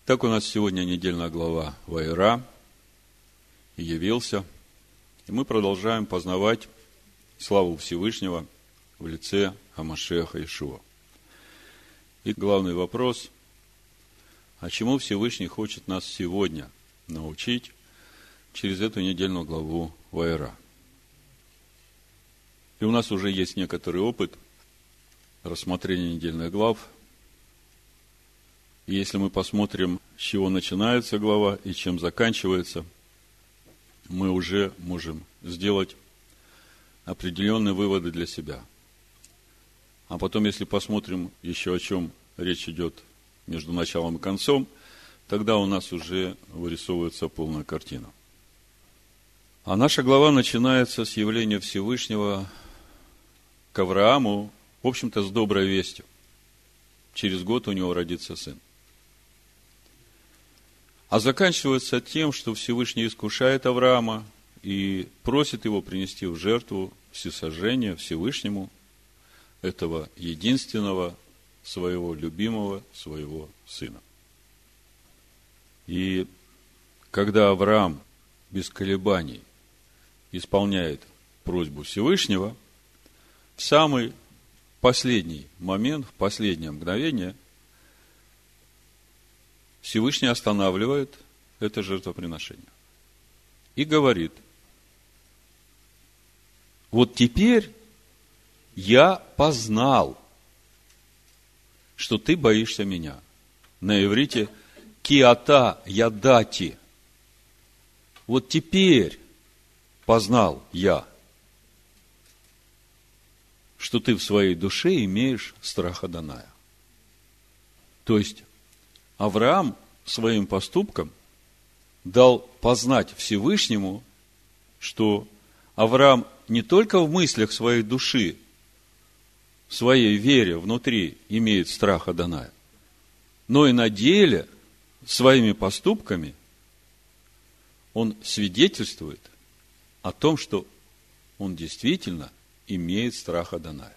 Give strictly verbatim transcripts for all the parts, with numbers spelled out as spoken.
Так у нас сегодня недельная глава Ваера, и явился, и мы продолжаем познавать славу Всевышнего в лице ха-Машиаха Иешуа. И главный вопрос: а чему Всевышний хочет нас сегодня научить через эту недельную главу Ваера? И у нас уже есть некоторый опыт рассмотрения недельных глав. И если мы посмотрим, с чего начинается глава и чем заканчивается, мы уже можем сделать определенные выводы для себя. А потом, если посмотрим еще, о чем речь идет между началом и концом, тогда у нас уже вырисовывается полная картина. А наша глава начинается с явления Всевышнего к Аврааму, в общем-то, с доброй вестью. Через год у него родится сын. А заканчивается тем, что Всевышний искушает Авраама и просит его принести в жертву всесожжения Всевышнему этого единственного своего любимого, своего сына. И когда Авраам без колебаний исполняет просьбу Всевышнего, в самый последний момент, в последнее мгновение, Всевышний останавливает это жертвоприношение и говорит: вот теперь я познал, что ты боишься меня. На иврите киата ядати. Вот теперь познал я, что ты в своей душе имеешь страх Адоная. То есть Авраам своим поступком дал познать Всевышнему, что Авраам не только в мыслях своей души, в своей вере внутри имеет страх Адоная, но и на деле своими поступками он свидетельствует о том, что он действительно имеет страх Адоная.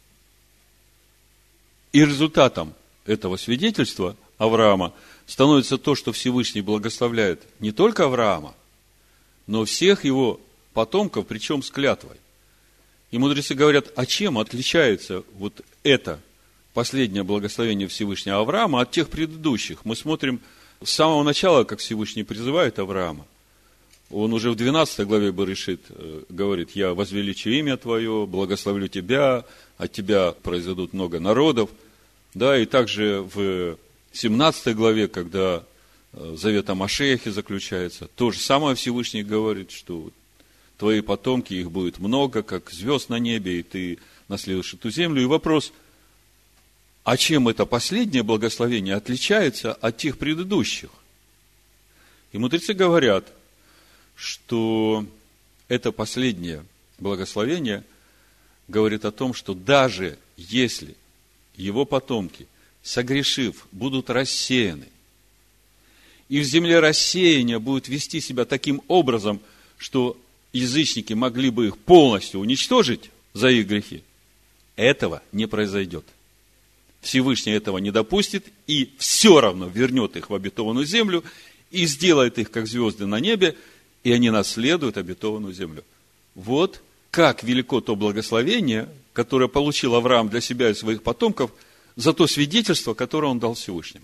И результатом этого свидетельства Авраама становится то, что Всевышний благословляет не только Авраама, но всех его потомков, причем с клятвой. И мудрецы говорят, а чем отличается вот это последнее благословение Всевышнего Авраама от тех предыдущих? Мы смотрим с самого начала, как Всевышний призывает Авраама. Он уже в двенадцатой главе Берешит говорит: я возвеличу имя твое, благословлю тебя, от тебя произойдут много народов. Да, и также в семнадцатой главе, когда завет о Машиахе заключается, то же самое Всевышний говорит, что твои потомки, их будет много, как звезд на небе, и ты наследуешь эту землю. И вопрос: а чем это последнее благословение отличается от тех предыдущих? И мудрецы говорят, что это последнее благословение говорит о том, что даже если его потомки, согрешив, будут рассеяны, и в земле рассеяния будут вести себя таким образом, что язычники могли бы их полностью уничтожить за их грехи, этого не произойдет. Всевышний этого не допустит и все равно вернет их в обетованную землю и сделает их, как звезды на небе, и они наследуют обетованную землю. Вот как велико то благословение, которое получил Авраам для себя и своих потомков, за то свидетельство, которое он дал Всевышнему.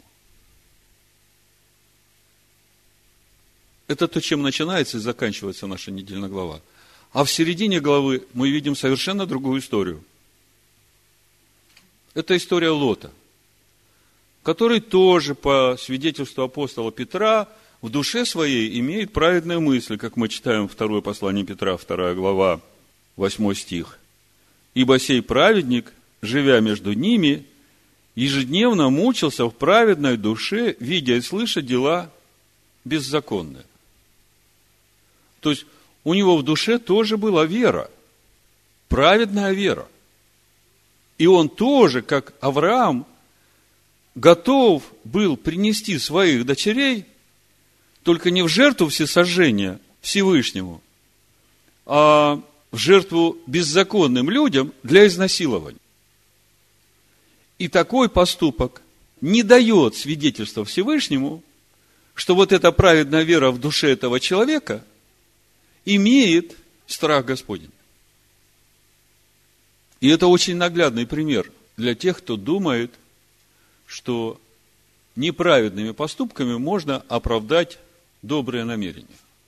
Это то, чем начинается и заканчивается наша недельная глава. А в середине главы мы видим совершенно другую историю. Это история Лота, который тоже, по свидетельству апостола Петра, в душе своей имеет праведные мысли, как мы читаем второе послание Петра, вторая глава, восьмой стих. «Ибо сей праведник, живя между ними, ежедневно мучился в праведной душе, видя и слыша дела беззаконные». То есть, у него в душе тоже была вера, праведная вера. И он тоже, как Авраам, готов был принести своих дочерей, только не в жертву всесожжения Всевышнему, а в жертву беззаконным людям для изнасилования. И такой поступок не дает свидетельства Всевышнему, что вот эта праведная вера в душе этого человека имеет страх Господень. И это очень наглядный пример для тех, кто думает, что неправедными поступками можно оправдать добрые намерения.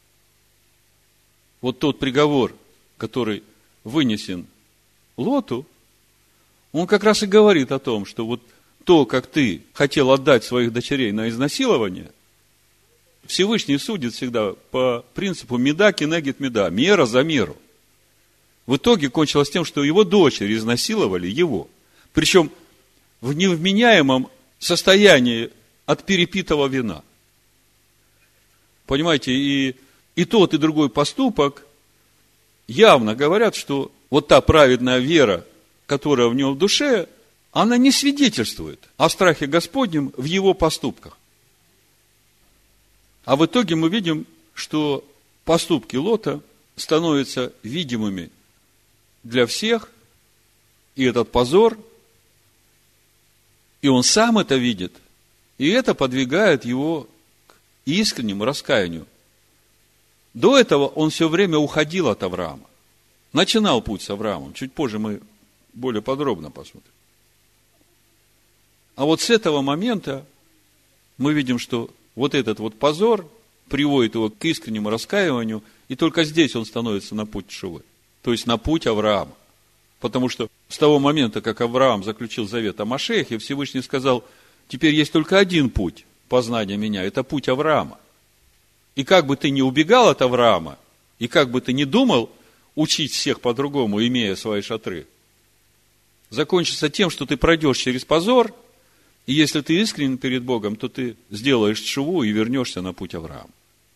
Вот тот приговор, который вынесен Лоту, он как раз и говорит о том, что вот то, как ты хотел отдать своих дочерей на изнасилование, Всевышний судит всегда по принципу меда кенегит меда, мера за меру. В итоге кончилось тем, что его дочери изнасиловали его. Причем в невменяемом состоянии от перепитого вина. Понимаете, и, и тот, и другой поступок явно говорят, что вот та праведная вера, которая в нем в душе, она не свидетельствует о страхе Господнем в его поступках. А в итоге мы видим, что поступки Лота становятся видимыми для всех, и этот позор, и он сам это видит, и это подвигает его к искреннему раскаянию. До этого он все время уходил от Авраама, начинал путь с Авраамом, чуть позже мы более подробно посмотрим. А вот с этого момента мы видим, что вот этот вот позор приводит его к искреннему раскаиванию, и только здесь он становится на путь Тшувы, то есть на путь Авраама. Потому что с того момента, как Авраам заключил завет о Машиахе, Всевышний сказал, теперь есть только один путь познания меня, это путь Авраама. И как бы ты ни убегал от Авраама, и как бы ты ни думал учить всех по-другому, имея свои шатры, закончится тем, что ты пройдешь через позор, и если ты искренен перед Богом, то ты сделаешь тшуву и вернешься на путь Авраама.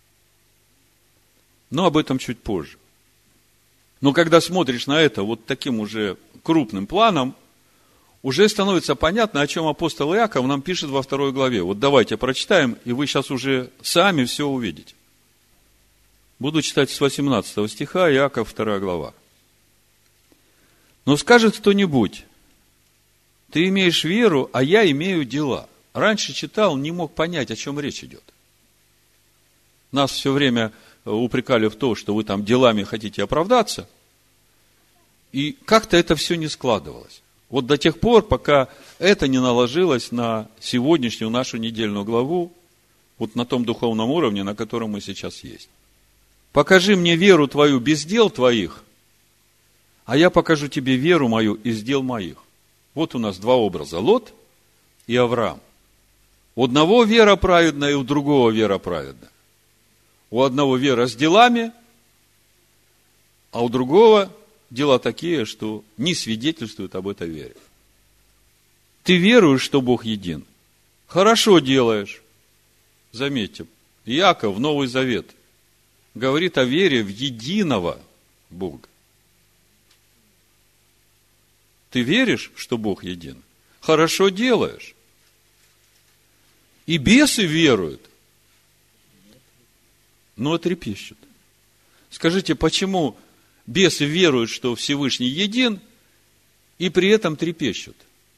Но об этом чуть позже. Но когда смотришь на это вот таким уже крупным планом, уже становится понятно, о чем апостол Иаков нам пишет во второй главе. Вот давайте прочитаем, и вы сейчас уже сами все увидите. Буду читать с восемнадцатого стиха, Иаков, вторая глава. «Но скажет кто-нибудь, ты имеешь веру, а я имею дела». Раньше читал, не мог понять, о чем речь идет. Нас все время упрекали в том, что вы там делами хотите оправдаться, и как-то это все не складывалось. Вот до тех пор, пока это не наложилось на сегодняшнюю нашу недельную главу, вот на том духовном уровне, на котором мы сейчас есть. «Покажи мне веру твою без дел твоих, а я покажу тебе веру мою из дел моих». Вот у нас два образа, Лот и Авраам. У одного вера праведная, и у другого вера праведная. У одного вера с делами, а у другого дела такие, что не свидетельствуют об этой вере. Ты веруешь, что Бог един? Хорошо делаешь. Заметьте, Иаков, Новый Завет, говорит о вере в единого Бога. Ты веришь, что Бог един? Хорошо делаешь. И бесы веруют, но трепещут. Скажите, почему бесы веруют, что Всевышний един, и при этом трепещут?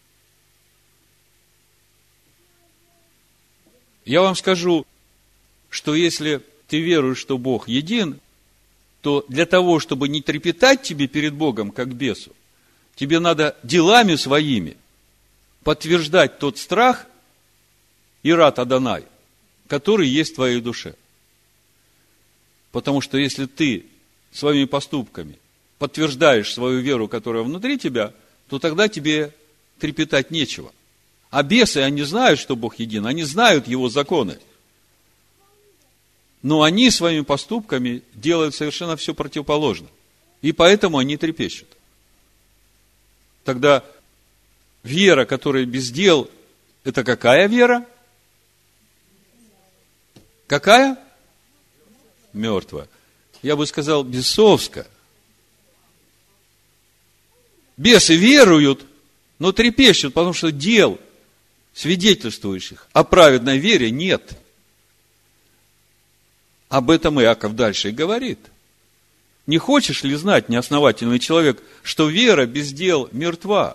Я вам скажу, что если ты веруешь, что Бог един, то для того, чтобы не трепетать тебе перед Богом, как бесу, тебе надо делами своими подтверждать тот страх Ират Адонай, который есть в твоей душе. Потому что если ты своими поступками подтверждаешь свою веру, которая внутри тебя, то тогда тебе трепетать нечего. А бесы, они знают, что Бог един, они знают Его законы. Но они своими поступками делают совершенно все противоположно. И поэтому они трепещут. Тогда вера, которая без дел, это какая вера? Какая? Мертвая. Я бы сказал, бесовская. Бесы веруют, но трепещут, потому что дел, свидетельствующих о праведной вере, нет. Об этом Иаков дальше и говорит. Не хочешь ли знать, неосновательный человек, что вера без дел мертва?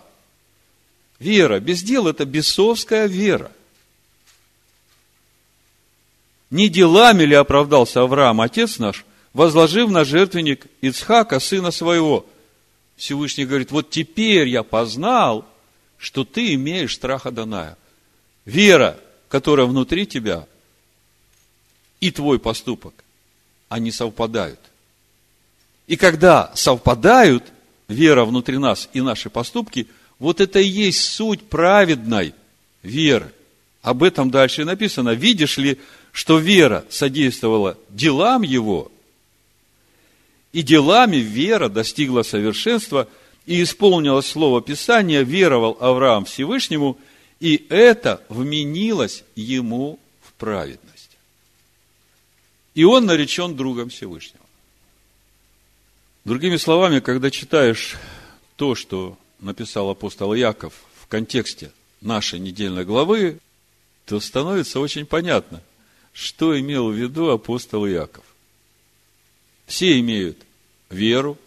Вера без дел – это бесовская вера. Не делами ли оправдался Авраам, отец наш, возложив на жертвенник Ицхака, сына своего? Всевышний говорит, вот теперь я познал, что ты имеешь страх Адоная. Вера, которая внутри тебя, и твой поступок, они совпадают. И когда совпадают вера внутри нас и наши поступки, вот это и есть суть праведной веры. Об этом дальше и написано. Видишь ли, что вера содействовала делам его, и делами вера достигла совершенства, и исполнилось слово Писания, веровал Авраам Всевышнему, и это вменилось ему в праведность. И он наречен другом Всевышнего. Другими словами, когда читаешь то, что написал апостол Иаков в контексте нашей недельной главы, то становится очень понятно, что имел в виду апостол Иаков. Все имеют веру,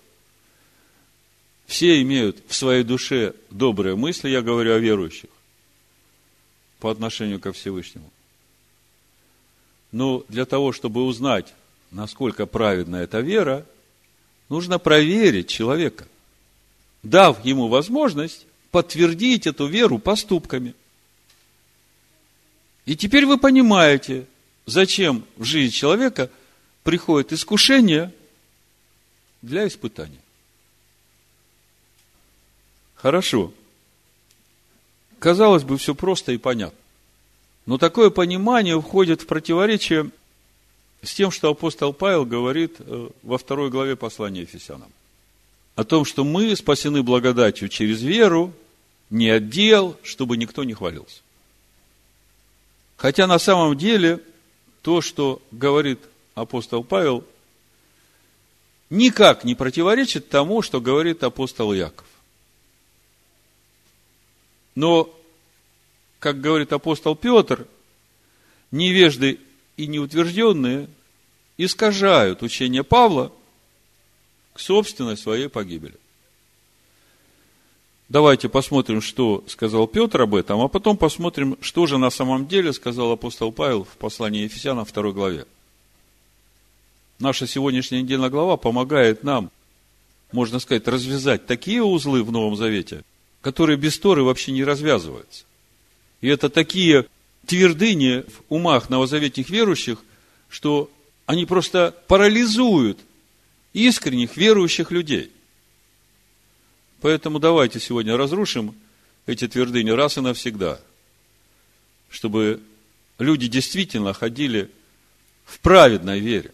все имеют в своей душе добрые мысли, я говорю о верующих, по отношению ко Всевышнему. Но для того, чтобы узнать, насколько праведна эта вера, нужно проверить человека, дав ему возможность подтвердить эту веру поступками. И теперь вы понимаете, зачем в жизнь человека приходит искушение для испытания. Хорошо. Казалось бы, все просто и понятно. Но такое понимание входит в противоречие с тем, что апостол Павел говорит во второй главе послания Ефесянам. О том, что мы спасены благодатью через веру, не от дел, чтобы никто не хвалился. Хотя на самом деле то, что говорит апостол Павел, никак не противоречит тому, что говорит апостол Иаков. Но, как говорит апостол Петр, невежды и неутвержденные искажают учение Павла к собственной своей погибели. Давайте посмотрим, что сказал Петр об этом, а потом посмотрим, что же на самом деле сказал апостол Павел в послании Ефесянам второй главе. Наша сегодняшняя недельная глава помогает нам, можно сказать, развязать такие узлы в Новом Завете, которые без Торы вообще не развязываются. И это такие твердыни в умах новозаветных верующих, что они просто парализуют искренних верующих людей. Поэтому давайте сегодня разрушим эти твердыни раз и навсегда, чтобы люди действительно ходили в праведной вере.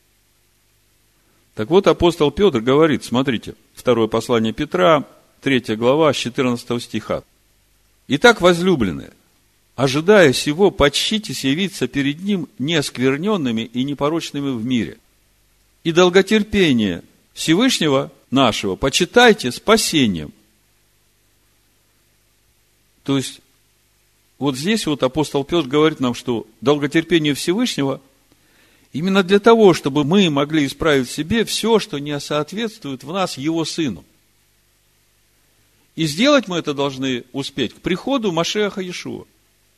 Так вот, апостол Петр говорит, смотрите, второе послание Петра, третья глава, с четырнадцатого стиха. «Итак, возлюбленные, ожидая сего, почтитесь явиться перед Ним неоскверненными и непорочными в мире. И долготерпение Всевышнего нашего почитайте спасением». То есть, вот здесь вот апостол Петр говорит нам, что долготерпение Всевышнего именно для того, чтобы мы могли исправить в себе все, что не соответствует в нас Его Сыну. И сделать мы это должны успеть к приходу Машиаха Иешуа.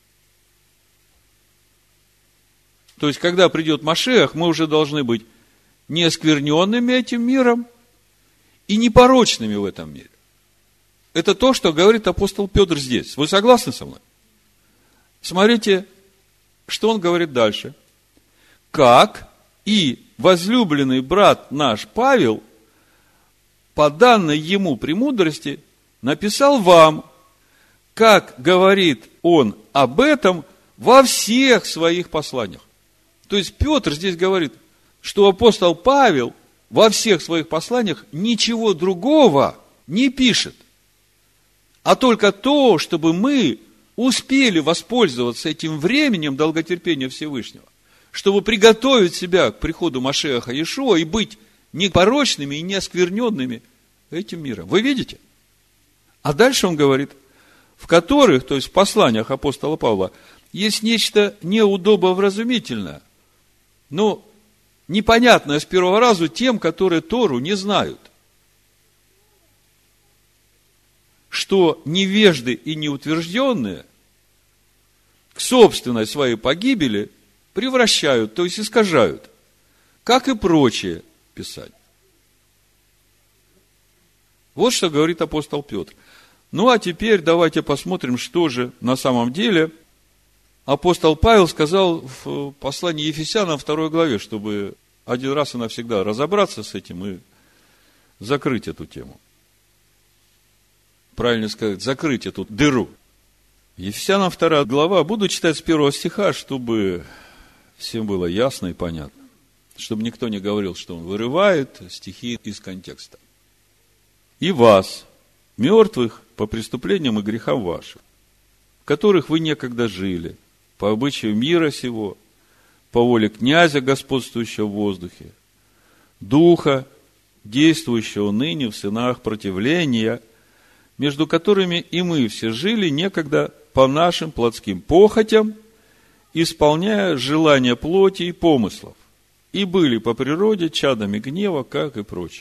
То есть, когда придет Машиах, мы уже должны быть не оскверненными этим миром и непорочными в этом мире. Это то, что говорит апостол Петр здесь. Вы согласны со мной? Смотрите, что он говорит дальше. «Как и возлюбленный брат наш Павел, по данной ему премудрости, написал вам, как говорит он об этом во всех своих посланиях». То есть, Петр здесь говорит, что апостол Павел во всех своих посланиях ничего другого не пишет, а только то, чтобы мы успели воспользоваться этим временем долготерпения Всевышнего, чтобы приготовить себя к приходу Машиаха Иешуа и быть непорочными и неоскверненными этим миром. Вы видите? А дальше он говорит, в которых, то есть в посланиях апостола Павла, есть нечто неудобовразумительное, но непонятное с первого раза тем, которые Тору не знают. Что невежды и неутвержденные к собственной своей погибели превращают, то есть искажают, как и прочее Писание. Вот что говорит апостол Петр. Ну, а теперь давайте посмотрим, что же на самом деле апостол Павел сказал в послании Ефесянам второй главе, чтобы один раз и навсегда разобраться с этим и закрыть эту тему. Правильно сказать, закрыть эту дыру. Ефесянам вторая глава, буду читать с первого стиха, чтобы всем было ясно и понятно. Чтобы никто не говорил, что он вырывает стихи из контекста. И вас, мертвых по преступлениям и грехам вашим, в которых вы некогда жили, по обычаю мира сего, по воле князя, господствующего в воздухе, духа, действующего ныне в сынах противления, между которыми и мы все жили некогда по нашим плотским похотям, исполняя желания плоти и помыслов, и были по природе чадами гнева, как и прочее.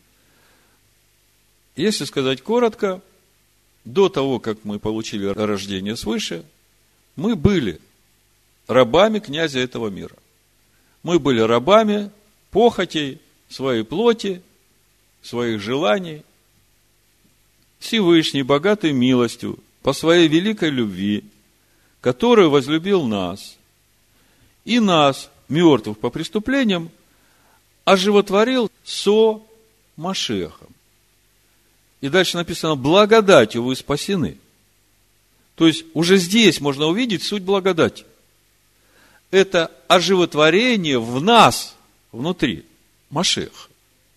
Если сказать коротко, до того, как мы получили рождение свыше, мы были рабами князя этого мира. Мы были рабами похотей своей плоти, своих желаний. Всевышний, богатый милостью, по своей великой любви, который возлюбил нас, и нас, мертвых по преступлениям, оживотворил со Машиахом. И дальше написано, благодатью вы спасены. То есть, уже здесь можно увидеть суть благодати. Это оживотворение в нас, внутри, Машиах.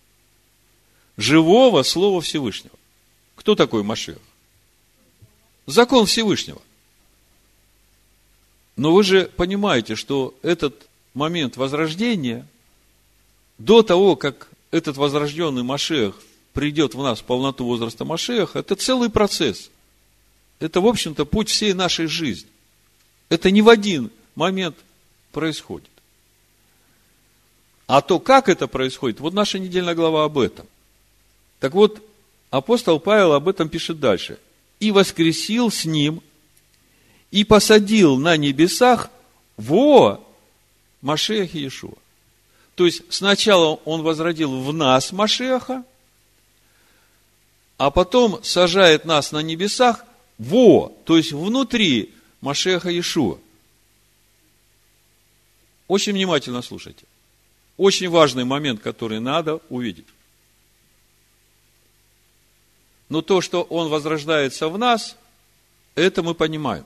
Живого Слова Всевышнего. Кто такой Машиах? Закон Всевышнего. Но вы же понимаете, что этот момент возрождения, до того, как этот возрожденный Машиах придет в нас в полноту возраста Машиаха, это целый процесс. Это, в общем-то, путь всей нашей жизни. Это не в один момент происходит. А то, как это происходит, вот наша недельная глава об этом. Так вот, апостол Павел об этом пишет дальше. «И воскресил с ним, и посадил на небесах во Машиахе Иешуа». То есть, сначала он возродил в нас Машиаха, а потом сажает нас на небесах во, то есть внутри Машиаха Иешуа. Очень внимательно слушайте. Очень важный момент, который надо увидеть. Но то, что он возрождается в нас, это мы понимаем.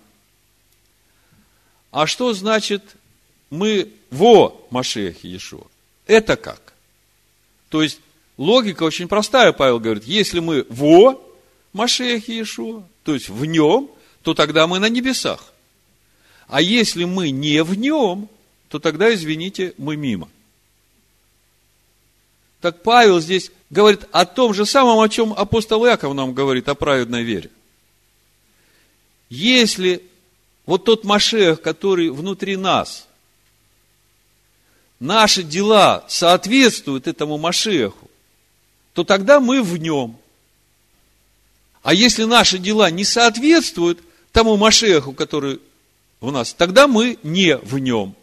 А что значит мы во Машиахе Иешуа? Это как? То есть, логика очень простая, Павел говорит, если мы во Машиахе Иешуа, то есть в нем, то тогда мы на небесах. А если мы не в нем, то тогда, извините, мы мимо. Так Павел здесь говорит о том же самом, о чем апостол Иаков нам говорит, о праведной вере. Если вот тот Машиах, который внутри нас, наши дела соответствуют этому Машиаху, то тогда мы в нем. А если наши дела не соответствуют тому Машиаху, который в нас, тогда мы не в нем.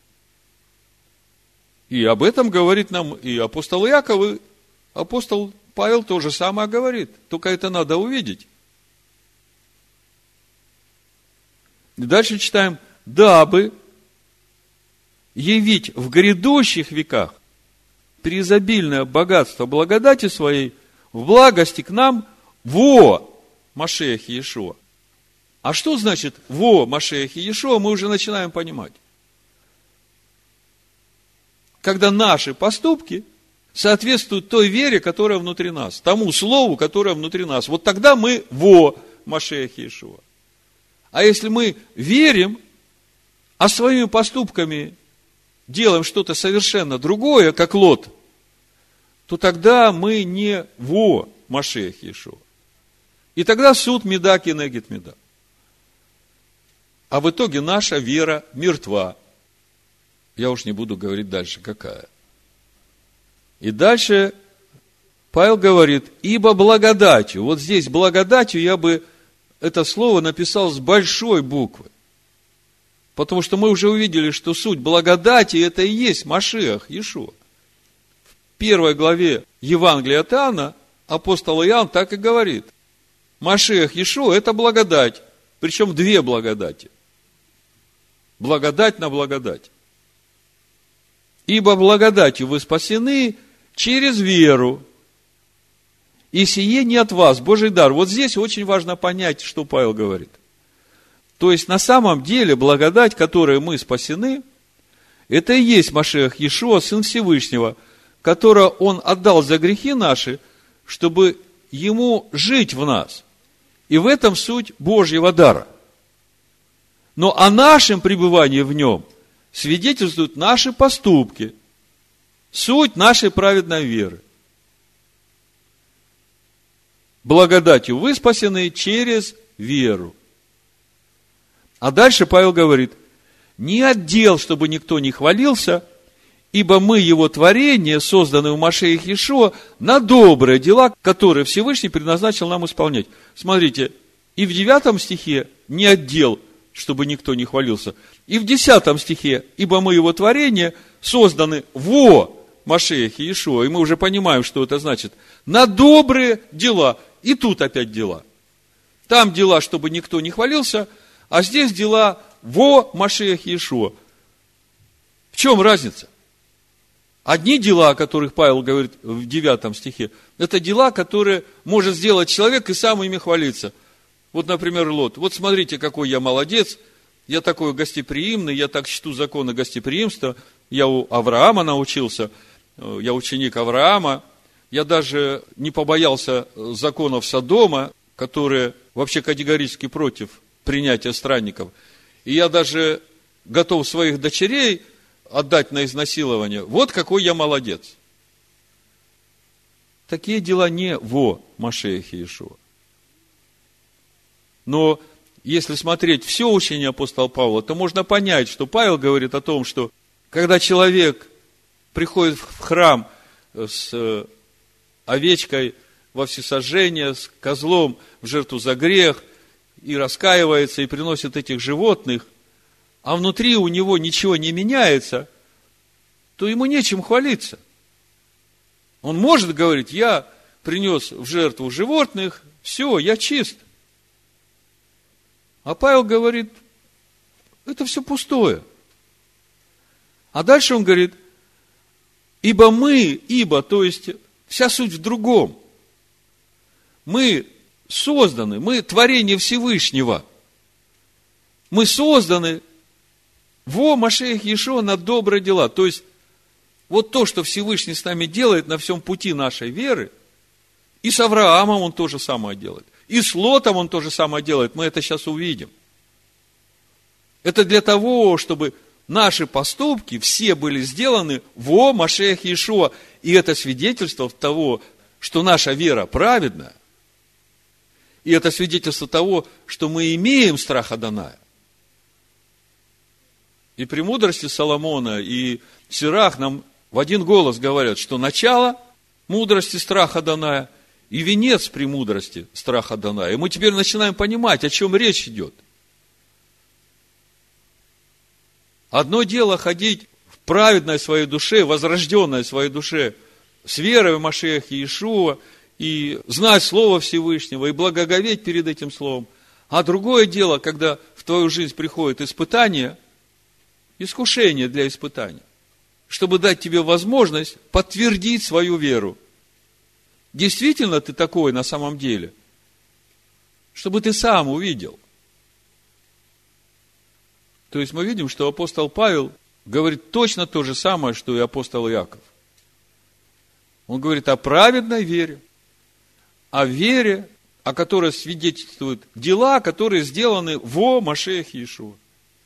И об этом говорит нам и апостол Иаков, и апостол Павел то же самое говорит. Только это надо увидеть. И дальше читаем, дабы явить в грядущих веках преизобильное богатство благодати своей в благости к нам во Машиахе Иешуа. А что значит во Машиахе Иешуа, мы уже начинаем понимать. Когда наши поступки соответствуют той вере, которая внутри нас, тому слову, которое внутри нас. Вот тогда мы во Машиахе Иешуа. А если мы верим, а своими поступками делаем что-то совершенно другое, как Лот, то тогда мы не во Машиахе Иешуа. И тогда суд меда кенегет меда. А в итоге наша вера мертва. Я уж не буду говорить дальше, какая. И дальше Павел говорит, ибо благодатью. Вот здесь благодатью я бы это слово написал с большой буквы. Потому что мы уже увидели, что суть благодати – это и есть Машиах Иешуа. В первой главе Евангелия от Иоанна апостол Иоанн так и говорит. Машиах Иешуа – это благодать. Причем две благодати. Благодать на благодать. Ибо благодатью вы спасены через веру. И сие не от вас, Божий дар. Вот здесь очень важно понять, что Павел говорит. То есть, на самом деле, благодать, которой мы спасены, это и есть Машиах Иешуа, Сын Всевышнего, которого Он отдал за грехи наши, чтобы Ему жить в нас. И в этом суть Божьего дара. Но о нашем пребывании в Нем свидетельствуют наши поступки, суть нашей праведной веры. Благодатью вы спасены через веру. А дальше Павел говорит, не от дел, чтобы никто не хвалился, ибо мы его творение, созданное в Машиахе Иешуа, на добрые дела, которые Всевышний предназначил нам исполнять. Смотрите, и в девятом стихе не от дел, чтобы никто не хвалился, и в десятом стихе, ибо мы его творение, созданы во Машиахе Иешуа, и мы уже понимаем, что это значит, на добрые дела. И тут опять дела. Там дела, чтобы никто не хвалился, а здесь дела во Машиахе Иешуа. В чем разница? Одни дела, о которых Павел говорит в девятом стихе, это дела, которые может сделать человек и сам ими хвалиться. Вот, например, Лот. Вот смотрите, какой я молодец, я такой гостеприимный, я так чту законы гостеприимства, я у Авраама научился, я ученик Авраама, я даже не побоялся законов Содома, которые вообще категорически против принятия странников. И я даже готов своих дочерей отдать на изнасилование. Вот какой я молодец. Такие дела не во Машиахе Иешуа. Но если смотреть все учение апостола Павла, то можно понять, что Павел говорит о том, что когда человек приходит в храм с овечкой во всесожжение, с козлом в жертву за грех, и раскаивается, и приносит этих животных, а внутри у него ничего не меняется, то ему нечем хвалиться. Он может говорить, я принес в жертву животных, все, я чист. А Павел говорит, это все пустое. А дальше он говорит, ибо мы, ибо, то есть вся суть в другом. Мы созданы, мы творение Всевышнего. Мы созданы во Машиахе Иешуа на добрые дела. То есть, вот то, что Всевышний с нами делает на всем пути нашей веры, и с Авраамом Он то же самое делает, и с Лотом Он то же самое делает, мы это сейчас увидим. Это для того, чтобы наши поступки все были сделаны во Машиахе Иешуа, и это свидетельство того, что наша вера праведная, и это свидетельство того, что мы имеем страх Адоная. И премудрости Соломона, и Сирах нам в один голос говорят, что начало мудрости страха Адоная и венец премудрости страха Адоная. И мы теперь начинаем понимать, о чем речь идет. Одно дело ходить в праведной своей душе, возрожденной своей душе, с верой в Машиахе Иешуа, и знать Слово Всевышнего, и благоговеть перед этим Словом. А другое дело, когда в твою жизнь приходит испытание, искушение для испытания, чтобы дать тебе возможность подтвердить свою веру. Действительно ты такой на самом деле, чтобы ты сам увидел. То есть мы видим, что апостол Павел говорит точно то же самое, что и апостол Иаков. Он говорит о праведной вере, о вере, о которой свидетельствуют дела, которые сделаны во Машиахе Иешуа.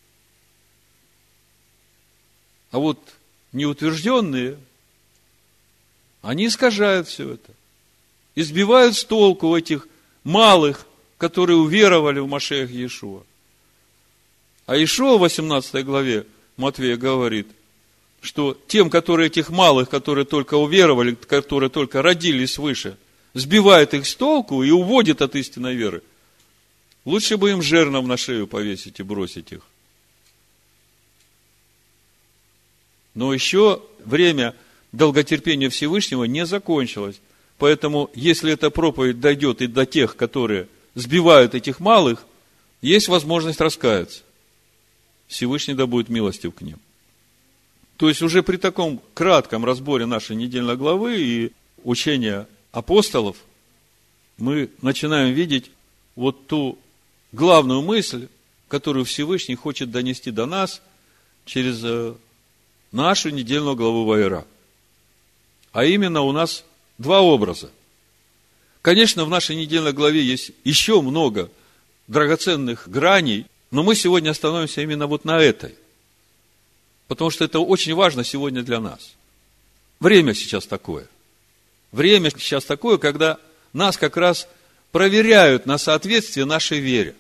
А вот неутвержденные, они искажают все это, избивают с толку этих малых, которые уверовали в Машиахе Иешуа. А Иешуа в восемнадцатой главе Матвея говорит, что тем, которые этих малых, которые только уверовали, которые только родились свыше, сбивает их с толку и уводит от истинной веры, лучше бы им жернов на шею повесить и бросить их. Но еще время долготерпения Всевышнего не закончилось. Поэтому, если эта проповедь дойдет и до тех, которые сбивают этих малых, есть возможность раскаяться. Всевышний да будет милостив к ним. То есть, уже при таком кратком разборе нашей недельной главы и учения апостолов, мы начинаем видеть вот ту главную мысль, которую Всевышний хочет донести до нас через нашу недельную главу Ваера. А именно, у нас два образа. Конечно, в нашей недельной главе есть еще много драгоценных граней, но мы сегодня остановимся именно вот на этой. Потому что это очень важно сегодня для нас. Время сейчас такое. Время сейчас такое, когда нас как раз проверяют на соответствие нашей вере.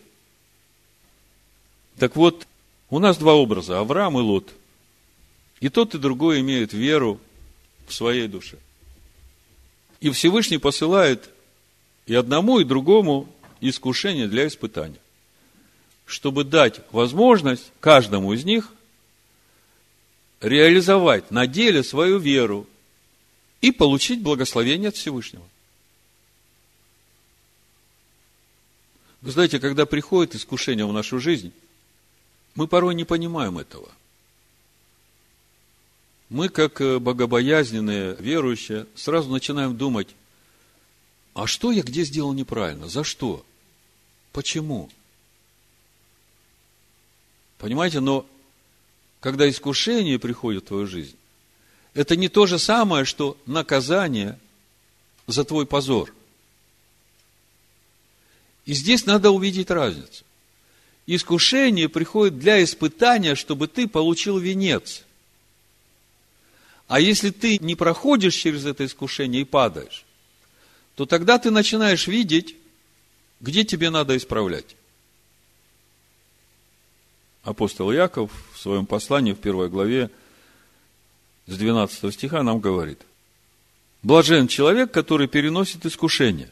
Так вот, у нас два образа, Авраам и Лот. И тот, и другой имеют веру в своей душе. И Всевышний посылает и одному, и другому искушение для испытания, чтобы дать возможность каждому из них реализовать на деле свою веру и получить благословение от Всевышнего. Вы знаете, когда приходит искушение в нашу жизнь, мы порой не понимаем этого. Мы, как богобоязненные верующие, сразу начинаем думать, а что я где сделал неправильно? За что? Почему? Понимаете, но когда искушение приходит в твою жизнь, это не то же самое, что наказание за твой позор. И здесь надо увидеть разницу. Искушение приходит для испытания, чтобы ты получил венец. А если ты не проходишь через это искушение и падаешь, то тогда ты начинаешь видеть, где тебе надо исправлять. Апостол Иаков в своем послании в первой главе с двенадцатого стиха нам говорит: блажен человек, который переносит искушение.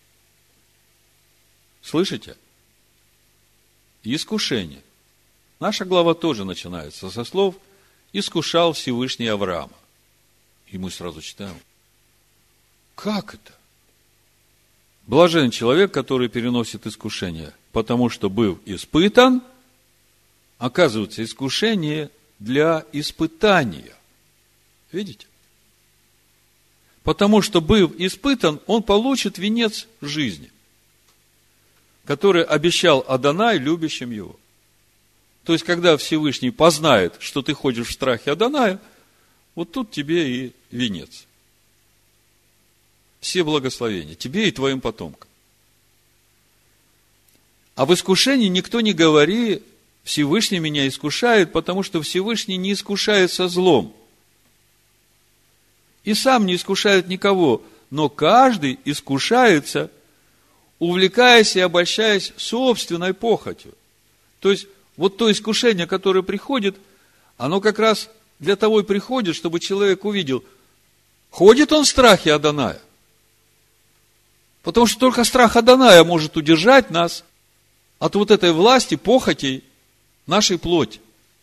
Слышите? Искушение. Наша глава тоже начинается со слов «искушал Всевышний Авраама». И мы сразу читаем: как это? Блажен человек, который переносит искушение, потому что был испытан. Оказывается, искушение для испытания. Видите? Потому что, быв испытан, он получит венец жизни, который обещал Адонай любящим его. То есть, когда Всевышний познает, что ты ходишь в страхе Адоная, вот тут тебе и венец. Все благословения тебе и твоим потомкам. А в искушении никто не говори: Всевышний меня искушает, потому что Всевышний не искушает со злом. И сам не искушает никого, но каждый искушается, увлекаясь и обольщаясь собственной похотью. То есть, вот то искушение, которое приходит, оно как раз для того и приходит, чтобы человек увидел, ходит он в страхе Адоная. Потому что только страх Адоная может удержать нас от вот этой власти, похотей нашей плоти.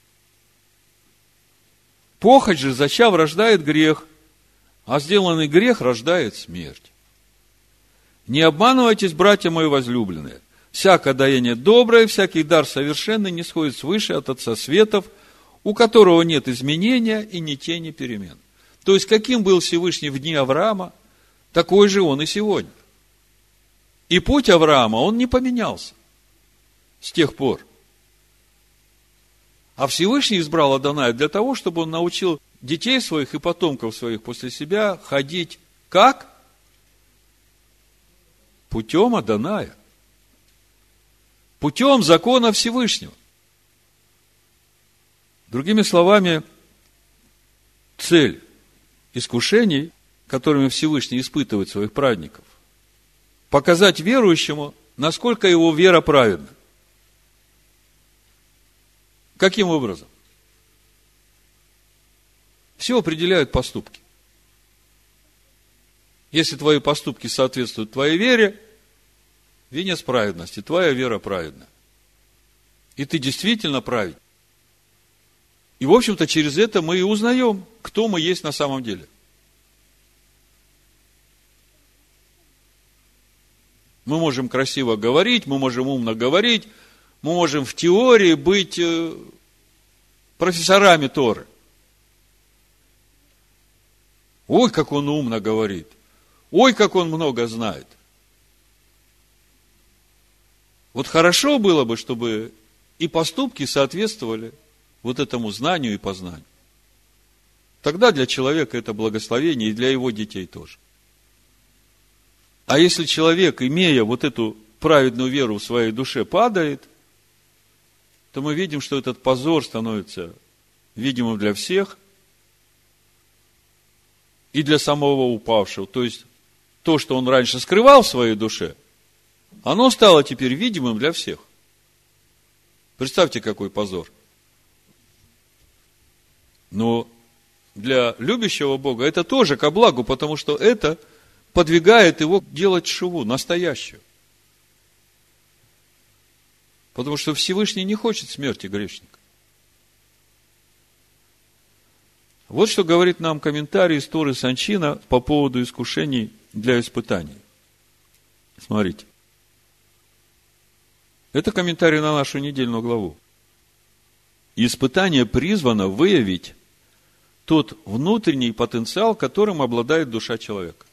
Похоть же, зачав, рождает грех, а сделанный грех рождает смерть. Не обманывайтесь, братья мои возлюбленные. Всякое даяние доброе, всякий дар совершенный не сходит свыше от Отца светов, у которого нет изменения и ни тени перемен. То есть, каким был Всевышний в дни Авраама, такой же он и сегодня. И путь Авраама, он не поменялся с тех пор. А Всевышний избрал Адоная для того, чтобы он научил детей своих и потомков своих после себя ходить как? Путем Адоная. Путем закона Всевышнего. Другими словами, цель искушений, которыми Всевышний испытывает своих праведников, показать верующему, насколько его вера праведна. Каким образом? Все определяют поступки. Если твои поступки соответствуют твоей вере, венец праведности, твоя вера праведна. И ты действительно праведен. И, в общем-то, через это мы и узнаем, кто мы есть на самом деле. Мы можем красиво говорить, мы можем умно говорить, мы можем в теории быть профессорами Торы. Ой, как он умно говорит. Ой, как он много знает. Вот хорошо было бы, чтобы и поступки соответствовали вот этому знанию и познанию. Тогда для человека это благословение, и для его детей тоже. А если человек, имея вот эту праведную веру в своей душе, падает, то мы видим, что этот позор становится видимым для всех и для самого упавшего. То есть, то, что он раньше скрывал в своей душе, оно стало теперь видимым для всех. Представьте, какой позор. Но для любящего Бога это тоже ко благу, потому что это подвигает его делать шуву, настоящую. Потому что Всевышний не хочет смерти грешника. Вот что говорит нам комментарий из Торы Санчина по поводу искушений для испытаний. Смотрите. Это комментарий на нашу недельную главу. Испытание призвано выявить тот внутренний потенциал, которым обладает душа человека.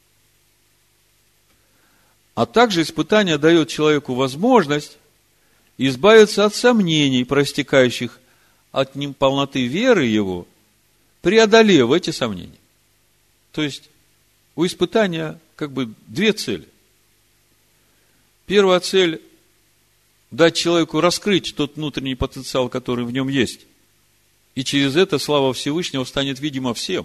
А также испытание дает человеку возможность избавиться от сомнений, проистекающих от неполноты веры его, преодолев эти сомнения. То есть, у испытания как бы две цели. Первая цель – дать человеку раскрыть тот внутренний потенциал, который в нем есть. И через это слава Всевышнего станет видима всем.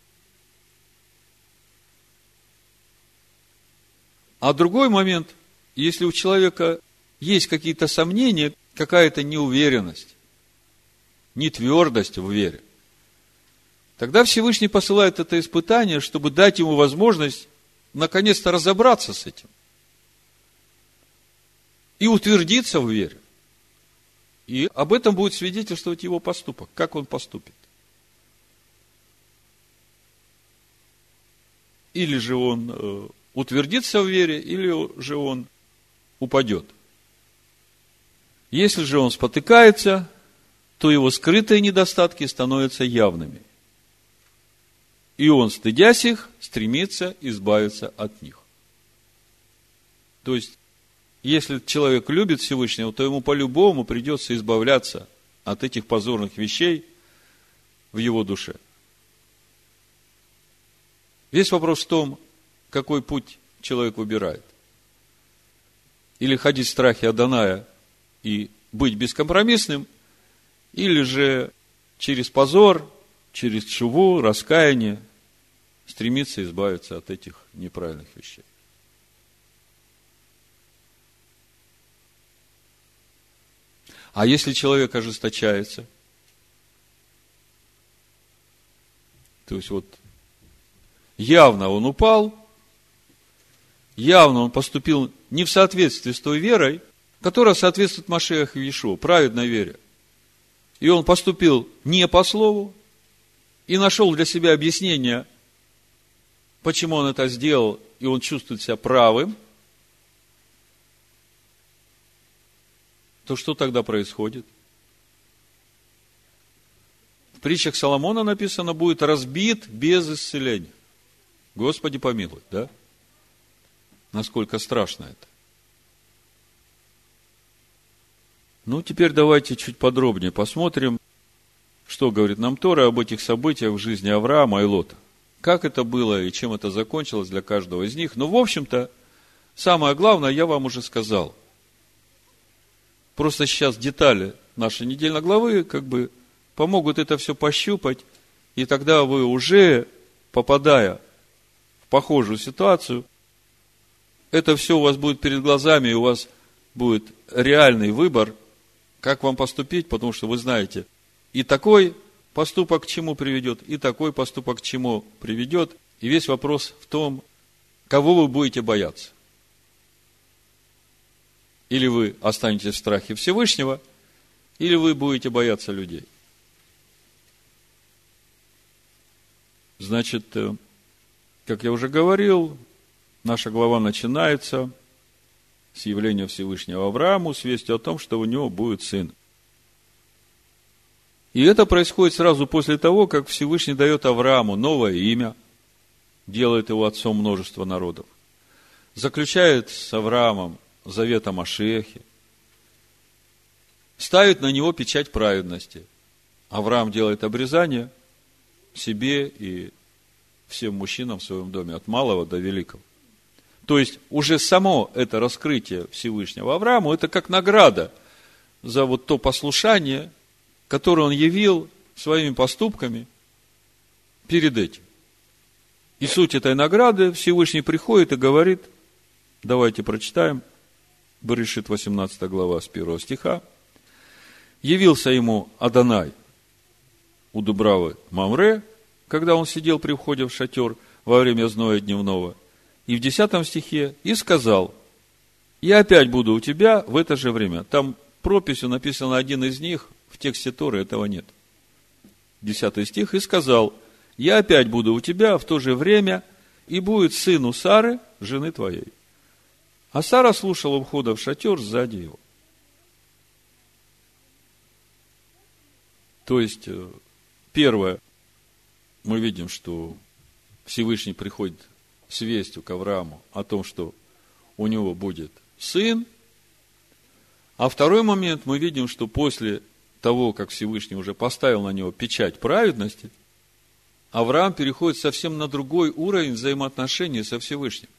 А другой момент, если у человека есть какие-то сомнения, какая-то неуверенность, нетвердость в вере, тогда Всевышний посылает это испытание, чтобы дать ему возможность наконец-то разобраться с этим и утвердиться в вере. И об этом будет свидетельствовать его поступок, как он поступит. Или же он утвердится в вере, или же он упадет. Если же он спотыкается, то его скрытые недостатки становятся явными. И он, стыдясь их, стремится избавиться от них. То есть, если человек любит Всевышнего, то ему по-любому придется избавляться от этих позорных вещей в его душе. Весь вопрос в том, какой путь человек выбирает. Или ходить в страхе Адоная и быть бескомпромиссным, или же через позор, через тшуву, раскаяние стремиться избавиться от этих неправильных вещей. А если человек ожесточается, то есть вот явно он упал, явно он поступил не в соответствии с той верой, которая соответствует Машиаху Иешуа, праведной вере. И он поступил не по слову, и нашел для себя объяснение, почему он это сделал, и он чувствует себя правым, то что тогда происходит? В притчах Соломона написано, будет разбит без исцеления. Господи помилуй, да? Насколько страшно это. Ну, теперь давайте чуть подробнее посмотрим, что говорит нам Тора об этих событиях в жизни Авраама и Лота. Как это было и чем это закончилось для каждого из них. Ну, в общем-то, самое главное я вам уже сказал. Просто сейчас детали нашей недельной главы как бы помогут это все пощупать, и тогда вы уже, попадая в похожую ситуацию, это все у вас будет перед глазами, и у вас будет реальный выбор, как вам поступить, потому что вы знаете, и такой поступок к чему приведет, и такой поступок к чему приведет. И весь вопрос в том, кого вы будете бояться. Или вы останетесь в страхе Всевышнего, или вы будете бояться людей. Значит, как я уже говорил, наша глава начинается с явления Всевышнего Аврааму, с вестью о том, что у него будет сын. И это происходит сразу после того, как Всевышний дает Аврааму новое имя, делает его отцом множества народов, заключает с Авраамом завет о Машиахе, ставит на него печать праведности. Авраам делает обрезание себе и всем мужчинам в своем доме, от малого до великого. То есть, уже само это раскрытие Всевышнего Аврааму, это как награда за вот то послушание, которое он явил своими поступками перед этим. И суть этой награды, Всевышний приходит и говорит, давайте прочитаем, Берешит восемнадцатая глава с первого стиха. Явился ему Адонай у Дубравы Мамре, когда он сидел при входе в шатер во время зноя дневного. И в десятом стихе, и сказал, я опять буду у тебя в это же время. Там прописью написано один из них, в тексте Торы этого нет. Десятый стих, и сказал, я опять буду у тебя в то же время, и будет сын у Сары, жены твоей. А Сара слушала у входа в шатер сзади его. То есть, первое, мы видим, что Всевышний приходит с вестью к Аврааму о том, что у него будет сын. А второй момент, мы видим, что после того, как Всевышний уже поставил на него печать праведности, Авраам переходит совсем на другой уровень взаимоотношений со Всевышним.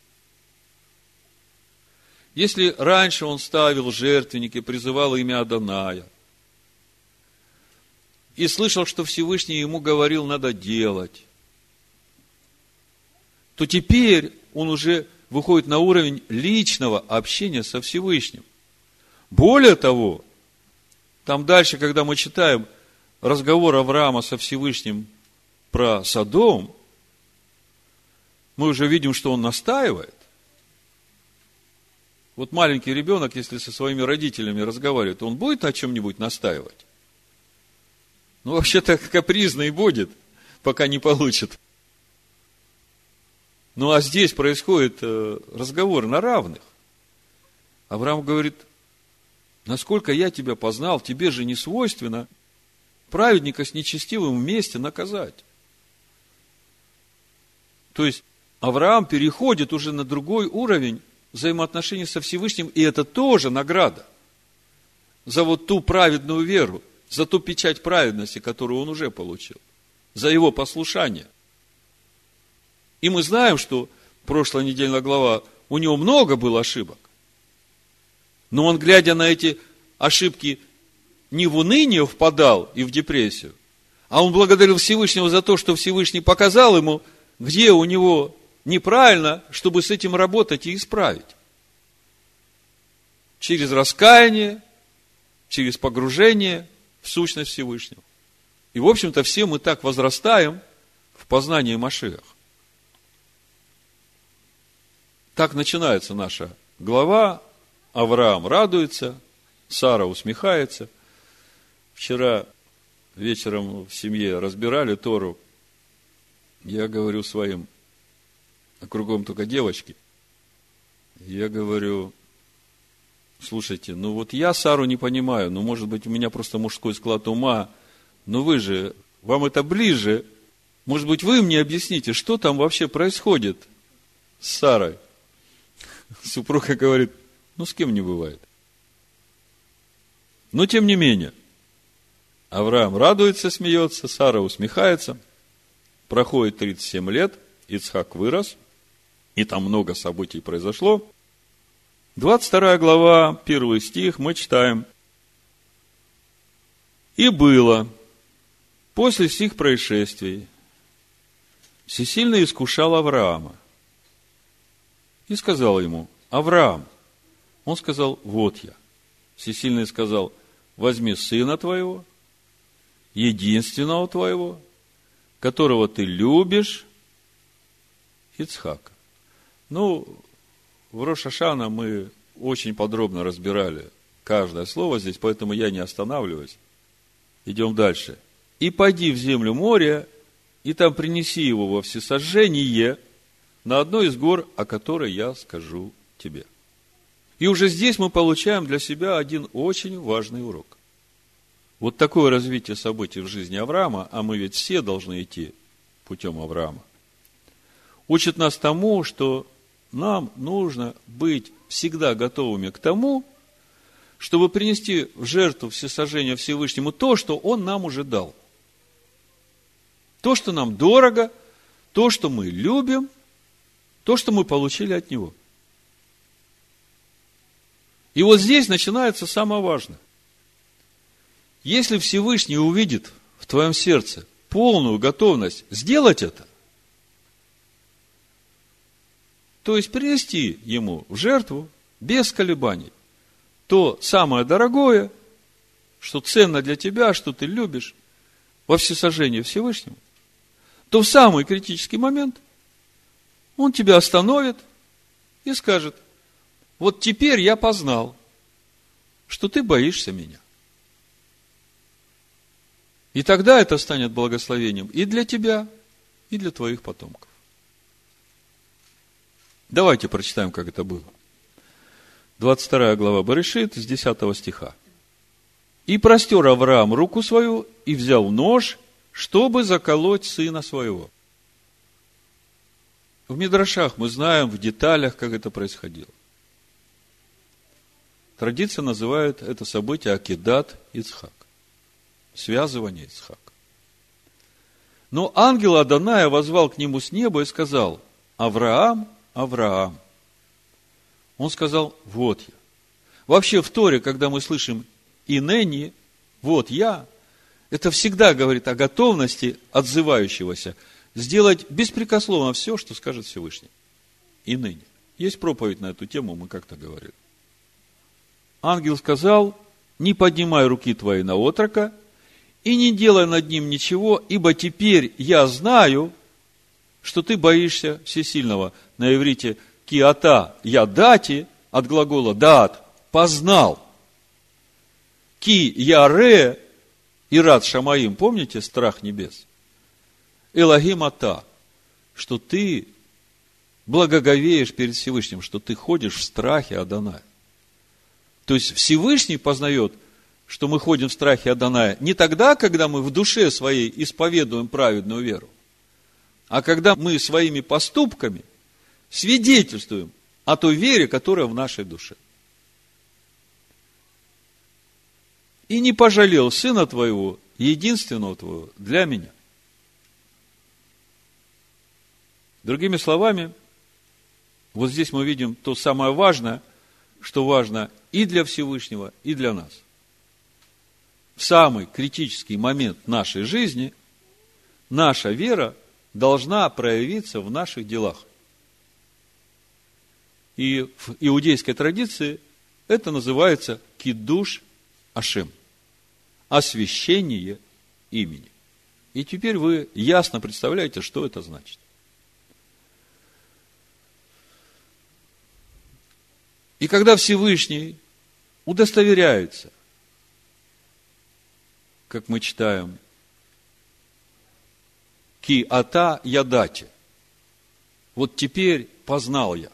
Если раньше он ставил жертвенники, призывал имя Адоная, и слышал, что Всевышний ему говорил, надо делать, то теперь он уже выходит на уровень личного общения со Всевышним. Более того, там дальше, когда мы читаем разговор Авраама со Всевышним про Содом, мы уже видим, что он настаивает. Вот маленький ребенок, если со своими родителями разговаривает, он будет на чем-нибудь настаивать? Ну, вообще-то капризный будет, пока не получит. Ну, а здесь происходит разговор на равных. Авраам говорит, насколько я тебя познал, тебе же не свойственно праведника с нечестивым вместе наказать. То есть, Авраам переходит уже на другой уровень взаимоотношений со Всевышним, и это тоже награда за вот ту праведную веру, за ту печать праведности, которую он уже получил, за его послушание. И мы знаем, что прошлая недельная глава, у него много было ошибок. Но он, глядя на эти ошибки, не в уныние впадал и в депрессию, а он благодарил Всевышнего за то, что Всевышний показал ему, где у него неправильно, чтобы с этим работать и исправить. Через раскаяние, через погружение в сущность Всевышнего. И, в общем-то, все мы так возрастаем в познании Машиаха. Так начинается наша глава. Авраам радуется, Сара усмехается. Вчера вечером в семье разбирали Тору. Я говорю своим, а кругом только девочки. Я говорю, слушайте, ну вот я Сару не понимаю, ну, может быть, у меня просто мужской склад ума, но вы же, вам это ближе. Может быть, вы мне объясните, что там вообще происходит с Сарой? Супруга говорит, ну, с кем не бывает. Но, тем не менее, Авраам радуется, смеется, Сара усмехается. Проходит тридцать семь лет, Ицхак вырос, и там много событий произошло. двадцать вторая глава, первый стих, мы читаем. «И было, после сих происшествий, всесильный искушал Авраама, и сказал ему, Авраам, он сказал, вот я. Всесильный сказал, возьми сына твоего, единственного твоего, которого ты любишь, Ицхака». Ну, в Рош ха-Шана мы очень подробно разбирали каждое слово здесь, поэтому я не останавливаюсь. Идем дальше. «И пойди в землю моря, и там принеси его во всесожжение на одной из гор, о которой я скажу тебе. И уже здесь мы получаем для себя один очень важный урок. Вот такое развитие событий в жизни Авраама, а мы ведь все должны идти путем Авраама, учит нас тому, что нам нужно быть всегда готовыми к тому, чтобы принести в жертву всесожжения Всевышнему то, что Он нам уже дал. То, что нам дорого, то, что мы любим, то, что мы получили от Него. И вот здесь начинается самое важное. Если Всевышний увидит в твоем сердце полную готовность сделать это, то есть принести Ему в жертву без колебаний то самое дорогое, что ценно для тебя, что ты любишь, во всесожжение Всевышнему, то в самый критический момент Он тебя остановит и скажет: вот теперь я познал, что ты боишься меня. И тогда это станет благословением и для тебя, и для твоих потомков. Давайте прочитаем, как это было. двадцать вторая глава Берешит, с десятого стиха. «И простер Авраам руку свою, и взял нож, чтобы заколоть сына своего». В Мидрашах мы знаем в деталях, как это происходило. Традиция называет это событие Акидат Ицхак. Связывание Ицхака. Но ангел Адоная возвал к нему с неба и сказал: Авраам, Авраам. Он сказал: вот я. Вообще в Торе, когда мы слышим «инени», вот я, это всегда говорит о готовности отзывающегося сделать беспрекословно все, что скажет Всевышний. «Инени». Есть проповедь на эту тему, мы как-то говорили. Ангел сказал: не поднимай руки твои на отрока и не делай над ним ничего, ибо теперь я знаю, что ты боишься Всесильного. На иврите «киата ядати» от глагола «даат» – «познал». «Ки яре» ират шамаим, помните, страх небес? «Элогим ата», что ты благоговеешь перед Всевышним, что ты ходишь в страхе Адоная. То есть Всевышний познает, что мы ходим в страхе Адоная не тогда, когда мы в душе своей исповедуем праведную веру, а когда мы своими поступками свидетельствуем о той вере, которая в нашей душе. И не пожалел сына твоего, единственного твоего, для меня. Другими словами, вот здесь мы видим то самое важное, что важно и для Всевышнего, и для нас. В самый критический момент нашей жизни наша вера должна проявиться в наших делах. И в иудейской традиции это называется кидуш Ашем, освящение имени. И теперь вы ясно представляете, что это значит. И когда Всевышний удостоверяется, как мы читаем, ки ата ядати, вот теперь познал я,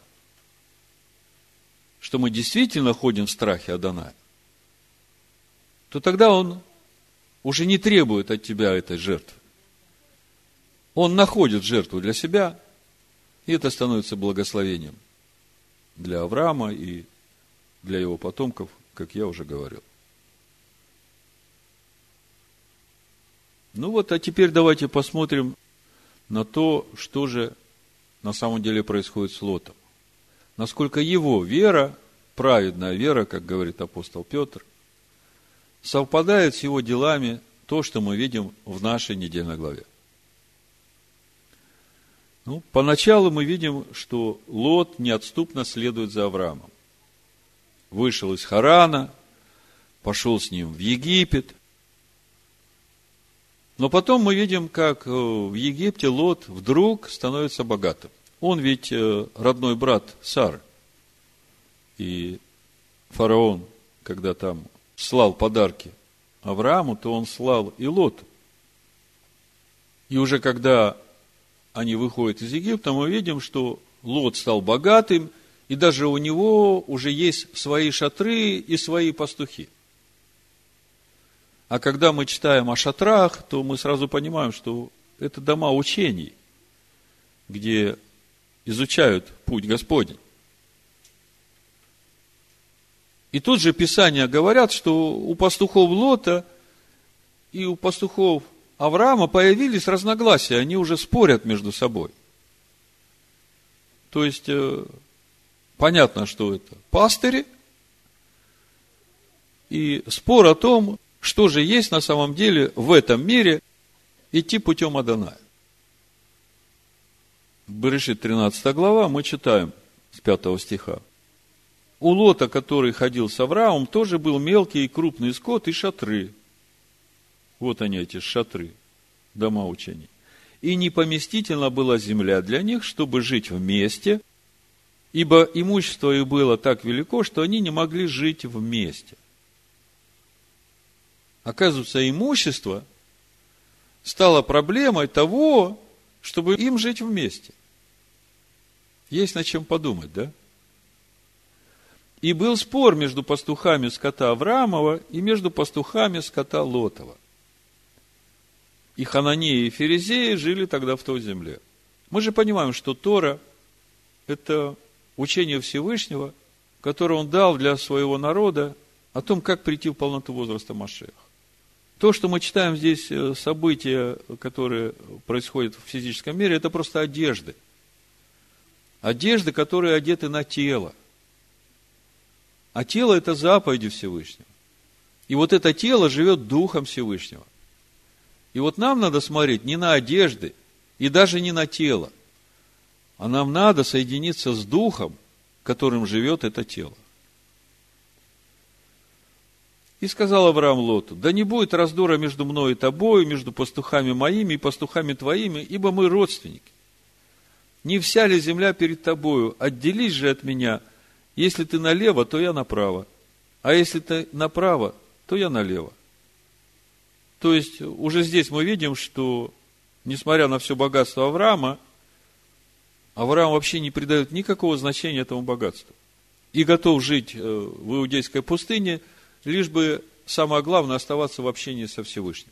что мы действительно ходим в страхе Адоная, то тогда он уже не требует от тебя этой жертвы. Он находит жертву для себя, и это становится благословением для Авраама и для его потомков, как я уже говорил. Ну вот, а теперь давайте посмотрим на то, что же на самом деле происходит с Лотом. Насколько его вера, праведная вера, как говорит апостол Петр, совпадает с его делами, то, что мы видим в нашей недельной главе. Ну, поначалу мы видим, что Лот неотступно следует за Авраамом. Вышел из Харана, пошел с ним в Египет. Но потом мы видим, как в Египте Лот вдруг становится богатым. Он ведь родной брат Сары. И фараон, когда там слал подарки Аврааму, то он слал и Лоту. И уже когда они выходят из Египта, мы видим, что Лот стал богатым, и даже у него уже есть свои шатры и свои пастухи. А когда мы читаем о шатрах, то мы сразу понимаем, что это дома учений, где изучают путь Господень. И тут же Писания говорят, что у пастухов Лота и у пастухов Авраама появились разногласия, они уже спорят между собой. То есть, понятно, что это пастыри, и спор о том, что же есть на самом деле в этом мире, идти путем Адоная. В Берешит тринадцатая глава мы читаем с пятого стиха. У Лота, который ходил с Авраамом, тоже был мелкий и крупный скот и шатры. Вот они, эти шатры, дома учений. И непоместительна была земля для них, чтобы жить вместе, ибо имущество их было так велико, что они не могли жить вместе. Оказывается, имущество стало проблемой того, чтобы им жить вместе. Есть над чем подумать, да? И был спор между пастухами скота Авраамова и между пастухами скота Лотова. И Хананеи и Ферезеи жили тогда в той земле. Мы же понимаем, что Тора – это учение Всевышнего, которое Он дал для своего народа о том, как прийти в полноту возраста Машиаха. То, что мы читаем здесь, события, которые происходят в физическом мире, это просто одежды. Одежды, которые одеты на тело. А тело – это заповеди Всевышнего. И вот это тело живет Духом Всевышнего. И вот нам надо смотреть не на одежды и даже не на тело, а нам надо соединиться с Духом, которым живет это тело. И сказал Авраам Лоту: да не будет раздора между мной и тобою, между пастухами моими и пастухами твоими, ибо мы родственники. Не вся ли земля перед тобою? Отделись же от меня. Если ты налево, то я направо. А если ты направо, то я налево. То есть, уже здесь мы видим, что, несмотря на все богатство Авраама, Авраам вообще не придает никакого значения этому богатству. И готов жить в иудейской пустыне, лишь бы, самое главное, оставаться в общении со Всевышним.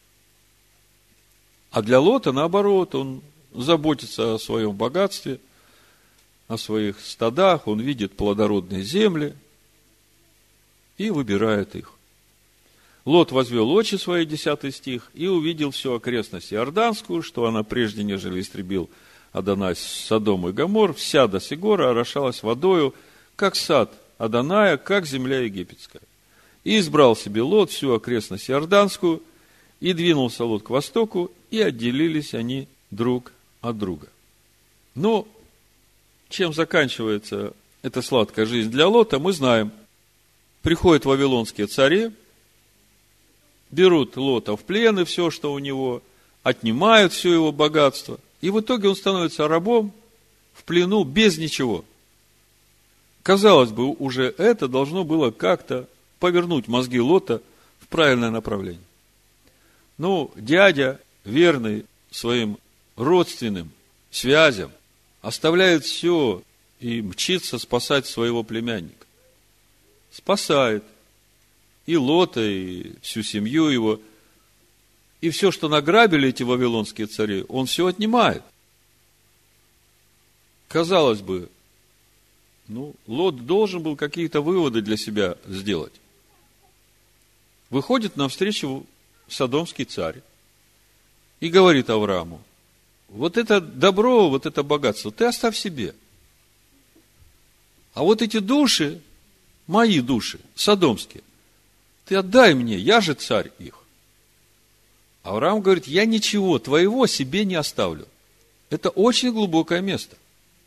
А для Лота, наоборот, он заботится о своем богатстве, о своих стадах, он видит плодородные земли и выбирает их. Лот возвел очи свои, десятый стих, и увидел всю окрестность Иорданскую, что она прежде, нежели истребил Адонай Содом и Гомор, вся до сих гора орошалась водою, как сад Адоная, как земля египетская. И избрал себе Лот всю окрестность Иорданскую, и двинулся Лот к востоку, и отделились они друг от друга. Но чем заканчивается эта сладкая жизнь для Лота, мы знаем. Приходят вавилонские цари, берут Лота в плен и все, что у него, отнимают все его богатство, и в итоге он становится рабом в плену без ничего. Казалось бы, уже это должно было как-то повернуть мозги Лота в правильное направление. Но дядя, верный своим родственным связям, оставляет все и мчится спасать своего племянника. Спасает и Лота, и всю семью его. И все, что награбили эти вавилонские цари, он все отнимает. Казалось бы, ну, Лот должен был какие-то выводы для себя сделать. Выходит навстречу содомский царь и говорит Аврааму: вот это добро, вот это богатство ты оставь себе. А вот эти души, мои души, содомские, ты отдай мне, я же царь их. Авраам говорит: я ничего твоего себе не оставлю. Это очень глубокое место.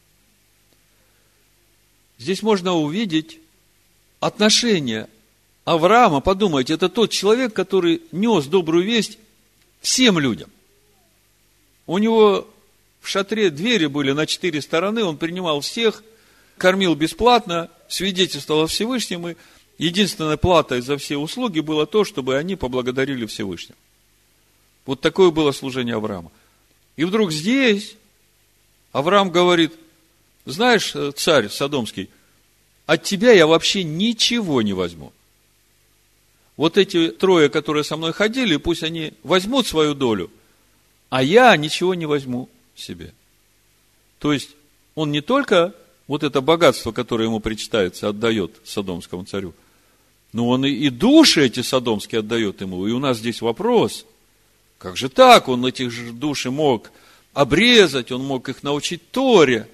Здесь можно увидеть отношение Авраама. Подумайте, это тот человек, который нес добрую весть всем людям. У него в шатре двери были на четыре стороны, он принимал всех, кормил бесплатно, свидетельствовал о Всевышнем, и единственная плата за все услуги была то, чтобы они поблагодарили Всевышнего. Вот такое было служение Авраама. И вдруг здесь Авраам говорит: знаешь, царь Содомский, от тебя я вообще ничего не возьму. Вот эти трое, которые со мной ходили, пусть они возьмут свою долю, а я ничего не возьму себе. То есть, он не только вот это богатство, которое ему причитается, отдает содомскому царю, но он и, и души эти содомские отдает ему. И у нас здесь вопрос: как же так? Он этих же души мог обрезать, он мог их научить Торе.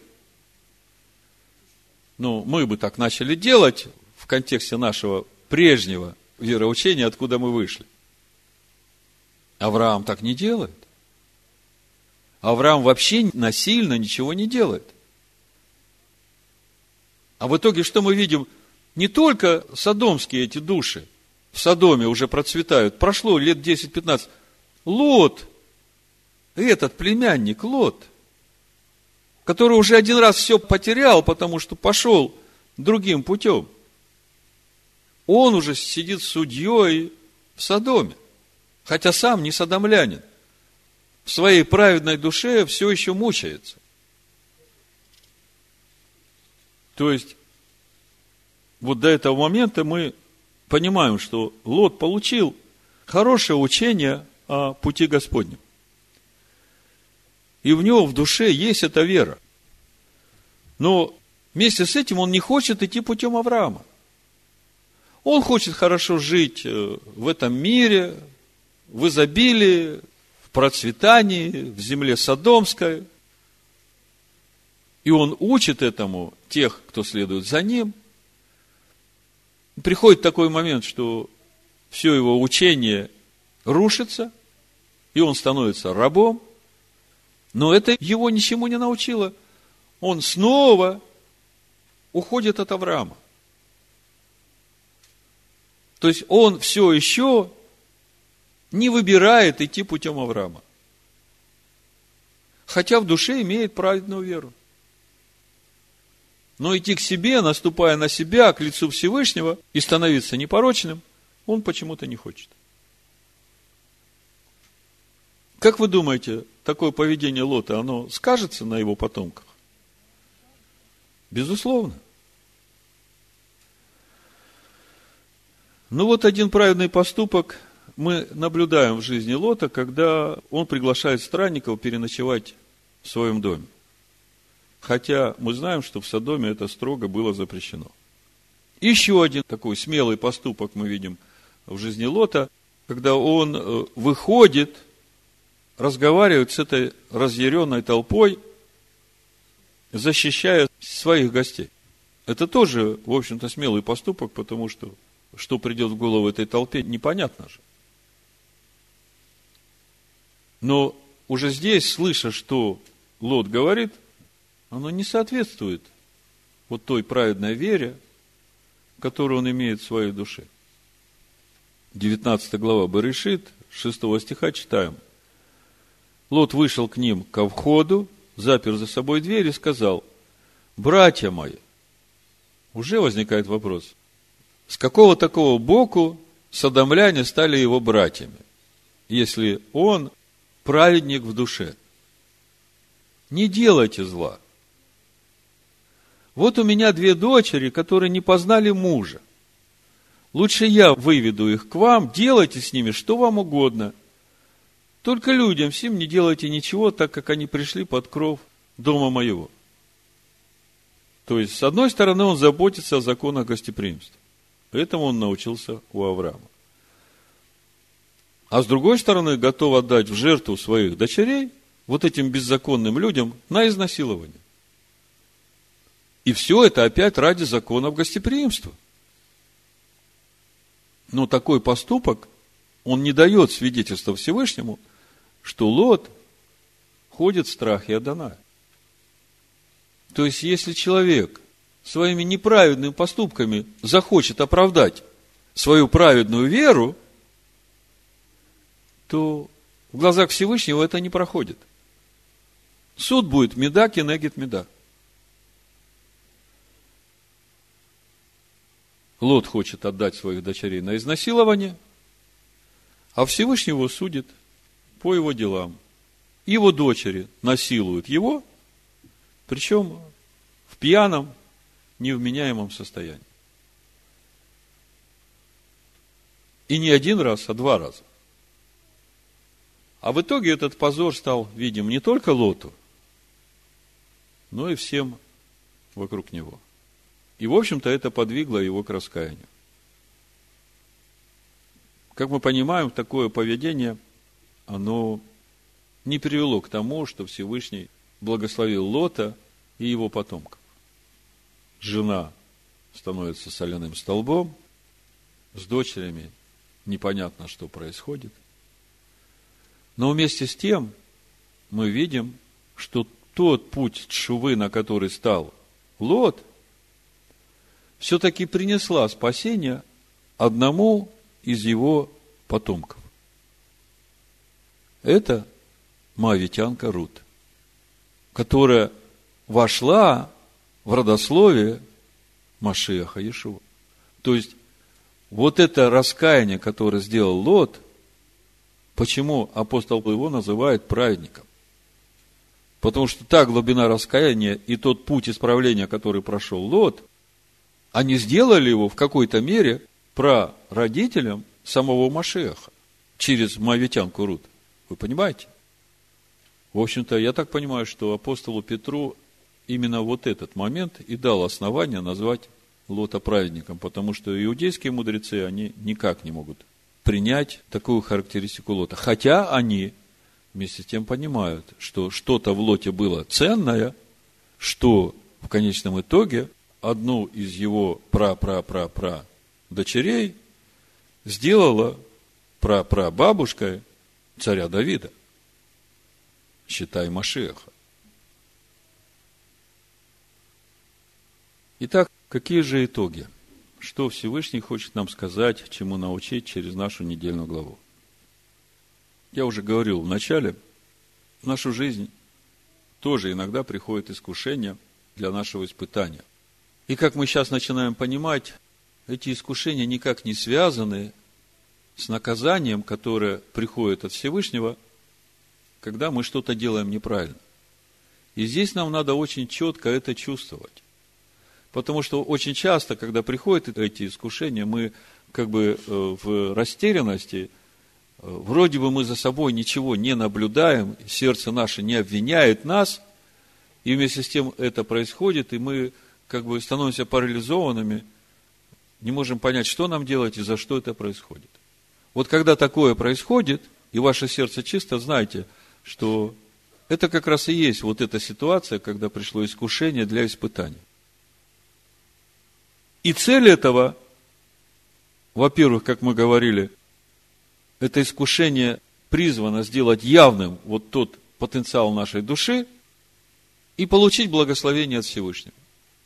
Ну, мы бы так начали делать в контексте нашего прежнего вероучения, откуда мы вышли. Авраам так не делает. Авраам вообще насильно ничего не делает. А в итоге что мы видим? Не только содомские эти души в Содоме уже процветают. Прошло лет десять-пятнадцать. Лот, этот племянник Лот, который уже один раз все потерял, потому что пошел другим путем, он уже сидит судьей в Содоме, хотя сам не содомлянин. В своей праведной душе все еще мучается. То есть, вот до этого момента мы понимаем, что Лот получил хорошее учение о пути Господнем. И в него в душе есть эта вера. Но вместе с этим он не хочет идти путем Авраама. Он хочет хорошо жить в этом мире, в изобилии, в процветании, в земле Содомской. И он учит этому тех, кто следует за ним. Приходит такой момент, что все его учение рушится, и он становится рабом. Но это его ничему не научило. Он снова уходит от Авраама. То есть он все еще не выбирает идти путем Авраама. Хотя в душе имеет праведную веру. Но идти к себе, наступая на себя, к лицу Всевышнего, и становиться непорочным, он почему-то не хочет. Как вы думаете, такое поведение Лота, оно скажется на его потомках? Безусловно. Ну вот один праведный поступок мы наблюдаем в жизни Лота, когда он приглашает странников переночевать в своем доме. Хотя мы знаем, что в Содоме это строго было запрещено. Еще один такой смелый поступок мы видим в жизни Лота, когда он выходит, разговаривает с этой разъяренной толпой, защищая своих гостей. Это тоже, в общем-то, смелый поступок, потому что что придет в голову этой толпе, непонятно же. Но уже здесь, слыша, что Лот говорит, оно не соответствует вот той праведной вере, которую он имеет в своей душе. девятнадцатая глава Берешит, шестого стиха читаем. Лот вышел к ним ко входу, запер за собой дверь и сказал: братья мои. Уже возникает вопрос. С какого такого боку содомляне стали его братьями, если он праведник в душе? Не делайте зла. Вот у меня две дочери, которые не познали мужа. Лучше я выведу их к вам, делайте с ними что вам угодно. Только людям всем не делайте ничего, так как они пришли под кров дома моего. То есть, с одной стороны, он заботится о законах гостеприимства. Этому он научился у Авраама. А с другой стороны, готов отдать в жертву своих дочерей вот этим беззаконным людям на изнасилование. И все это опять ради законов гостеприимства. Но такой поступок, он не дает свидетельства Всевышнему, что Лот ходит в страхе Адоная. То есть, если человек своими неправедными поступками захочет оправдать свою праведную веру, то в глазах Всевышнего это не проходит. Суд будет меда кенегет меда. Лот хочет отдать своих дочерей на изнасилование, а Всевышний его судит по его делам. Его дочери насилуют его, причем в пьяном, невменяемом состоянии. И не один раз, а два раза. А в итоге этот позор стал видим не только Лоту, но и всем вокруг него. И, в общем-то, это подвигло его к раскаянию. Как мы понимаем, такое поведение, оно не привело к тому, что Всевышний благословил Лота и его потомков. Жена становится соляным столбом, с дочерями непонятно, что происходит. Но вместе с тем мы видим, что тот путь тшувы, на который стал Лот, все-таки принесла спасение одному из его потомков. Это моавитянка Рут, которая вошла в родословие Машиаха Иешуа. То есть, вот это раскаяние, которое сделал Лот, почему апостол его называет праведником? Потому что та глубина раскаяния и тот путь исправления, который прошел Лот, они сделали его в какой-то мере прародителем самого Машиаха через моавитянку Рут. Вы понимаете? В общем-то, я так понимаю, что апостолу Петру именно вот этот момент и дал основание назвать Лота праведником, потому что иудейские мудрецы, они никак не могут принять такую характеристику Лота. Хотя они вместе с тем понимают, что что-то в Лоте было ценное, что в конечном итоге одну из его пра-пра-пра-пра дочерей сделала пра-пра-бабушкой царя Давида. Считай Машиаха. Итак, какие же итоги? Что Всевышний хочет нам сказать, чему научить через нашу недельную главу? Я уже говорил в начале, в нашу жизнь тоже иногда приходит искушение для нашего испытания. И как мы сейчас начинаем понимать, эти искушения никак не связаны с наказанием, которое приходит от Всевышнего, когда мы что-то делаем неправильно. И здесь нам надо очень четко это чувствовать. Потому что очень часто, когда приходят эти искушения, мы как бы в растерянности, вроде бы мы за собой ничего не наблюдаем, сердце наше не обвиняет нас, и вместе с тем это происходит, и мы как бы становимся парализованными, не можем понять, что нам делать и за что это происходит. Вот когда такое происходит, и ваше сердце чисто, знайте, что это как раз и есть вот эта ситуация, когда пришло искушение для испытания. И цель этого, во-первых, как мы говорили, это искушение призвано сделать явным вот тот потенциал нашей души и получить благословение от Всевышнего.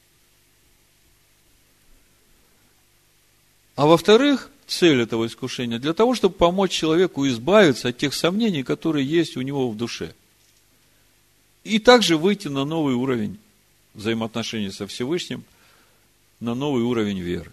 А во-вторых, цель этого искушения для того, чтобы помочь человеку избавиться от тех сомнений, которые есть у него в душе. И также выйти на новый уровень взаимоотношений со Всевышним, на новый уровень веры.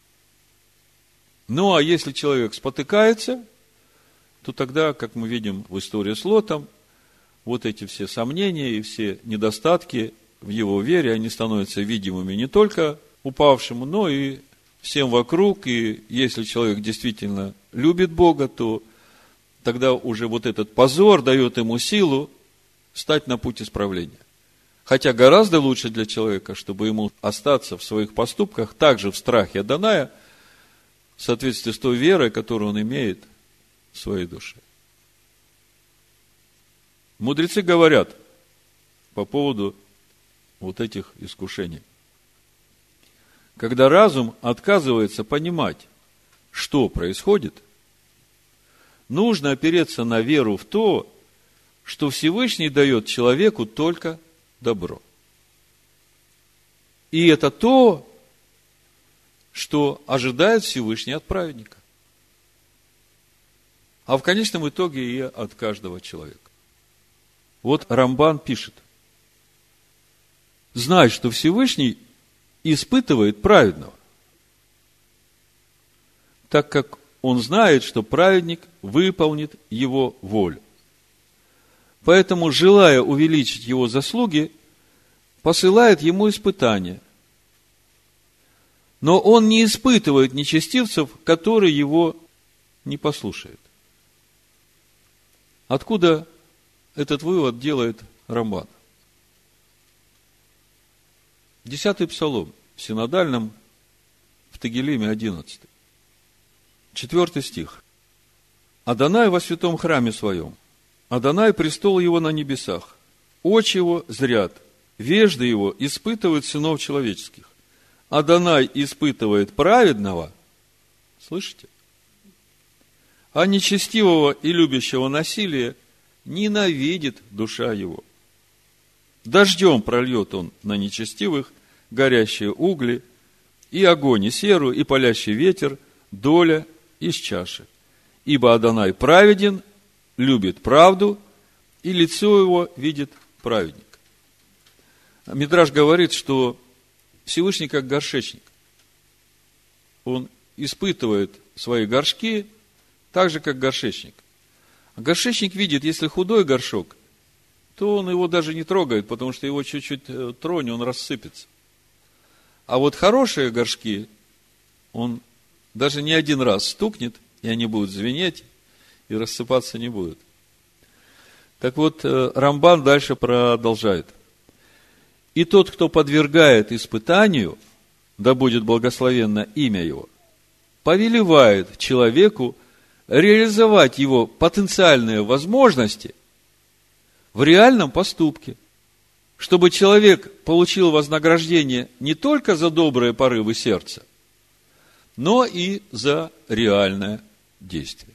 Ну, а если человек спотыкается, то тогда, как мы видим в истории с Лотом, вот эти все сомнения и все недостатки в его вере, они становятся видимыми не только упавшему, но и всем вокруг. И если человек действительно любит Бога, то тогда уже вот этот позор дает ему силу стать на путь исправления. Хотя гораздо лучше для человека, чтобы ему остаться в своих поступках, также в страхе Адоная, в соответствии с той верой, которую он имеет в своей душе. Мудрецы говорят по поводу вот этих искушений. Когда разум отказывается понимать, что происходит, нужно опереться на веру в то, что Всевышний дает человеку только добро. И это то, что ожидает Всевышний от праведника. А в конечном итоге и от каждого человека. Вот Рамбан пишет: знай, что Всевышний испытывает праведного, так как он знает, что праведник выполнит его волю. поэтому, желая увеличить его заслуги, посылает ему испытания. Но он не испытывает нечестивцев, которые его не послушают. Откуда этот вывод делает Рамбан? Десятый псалом в синодальном, в Тегилиме одиннадцатый. Четвертый стих. Адонай во святом храме своем, Адонай престол его на небесах, очи его зрят, вежды его испытывают сынов человеческих. Адонай испытывает праведного, слышите? А нечестивого и любящего насилия ненавидит душа его. Дождем прольет он на нечестивых горящие угли, и огонь, и серу, и палящий ветер, доля из чаши. Ибо Адонай праведен, любит правду, и лицо его видит праведник. Мидраш говорит, что Всевышний как горшечник. Он испытывает свои горшки так же, как горшечник. А горшечник видит, если худой горшок, то он его даже не трогает, потому что его чуть-чуть тронь, он рассыпется. А вот хорошие горшки, он даже не один раз стукнет, и они будут звенеть, и рассыпаться не будут. Так вот, Рамбан дальше продолжает. И тот, кто подвергает испытанию, да будет благословенно имя его, повелевает человеку реализовать его потенциальные возможности в реальном поступке, чтобы человек получил вознаграждение не только за добрые порывы сердца, но и за реальное действие.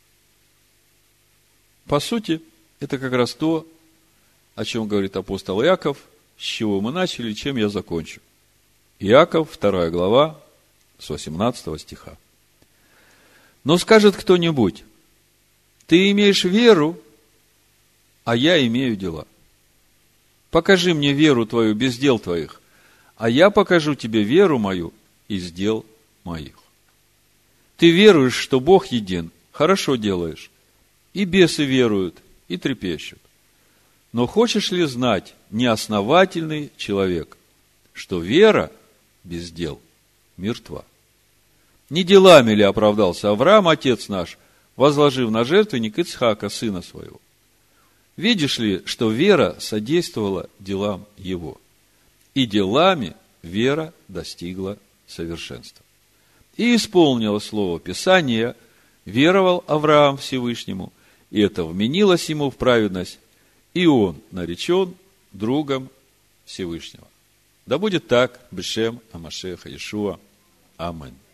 По сути, это как раз то, о чем говорит апостол Иаков, с чего мы начали, чем я закончу. Иаков, вторая глава, с восемнадцатого стиха. Но скажет кто-нибудь: ты имеешь веру, а я имею дела. Покажи мне веру твою без дел твоих, а я покажу тебе веру мою из дел моих. Ты веруешь, что Бог един, хорошо делаешь, и бесы веруют, и трепещут. Но хочешь ли знать, неосновательный человек, что вера без дел мертва? Не делами ли оправдался Авраам, отец наш, возложив на жертвенник Ицхака, сына своего? Видишь ли, что вера содействовала делам его, и делами вера достигла совершенства. И исполнило слово Писания: веровал Авраам Всевышнему, и это вменилось ему в праведность, и он наречен другом Всевышнего. Да будет так, бешем Амашеха Иешуа. Аминь.